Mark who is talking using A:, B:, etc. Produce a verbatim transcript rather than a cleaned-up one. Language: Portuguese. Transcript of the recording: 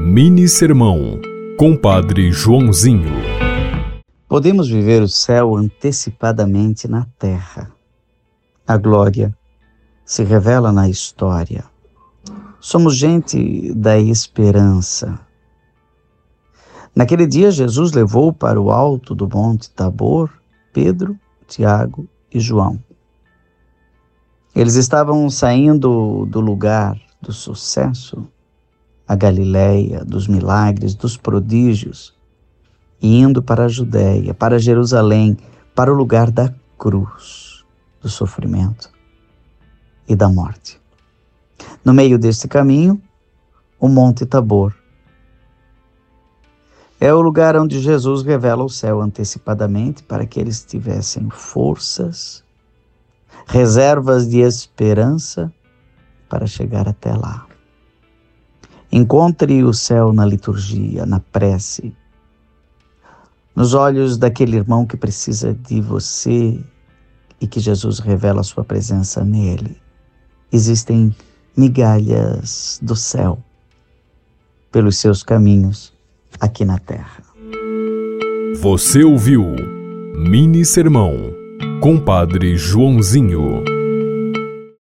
A: Mini Sermão, Compadre Joãozinho.
B: Podemos viver o céu antecipadamente na terra. A glória se revela na história. Somos gente da esperança. Naquele dia, Jesus levou para o alto do Monte Tabor Pedro, Tiago e João. Eles estavam saindo do lugar do sucesso, a Galileia, dos milagres, dos prodígios, e indo para a Judéia, para Jerusalém, para o lugar da cruz, do sofrimento e da morte. No meio deste caminho, o Monte Tabor. É o lugar onde Jesus revela o céu antecipadamente para que eles tivessem forças, reservas de esperança para chegar até lá. Encontre o céu na liturgia, na prece, nos olhos daquele irmão que precisa de você e que Jesus revela a sua presença nele. Existem migalhas do céu pelos seus caminhos aqui na terra.
A: Você ouviu Mini Sermão, Compadre Joãozinho.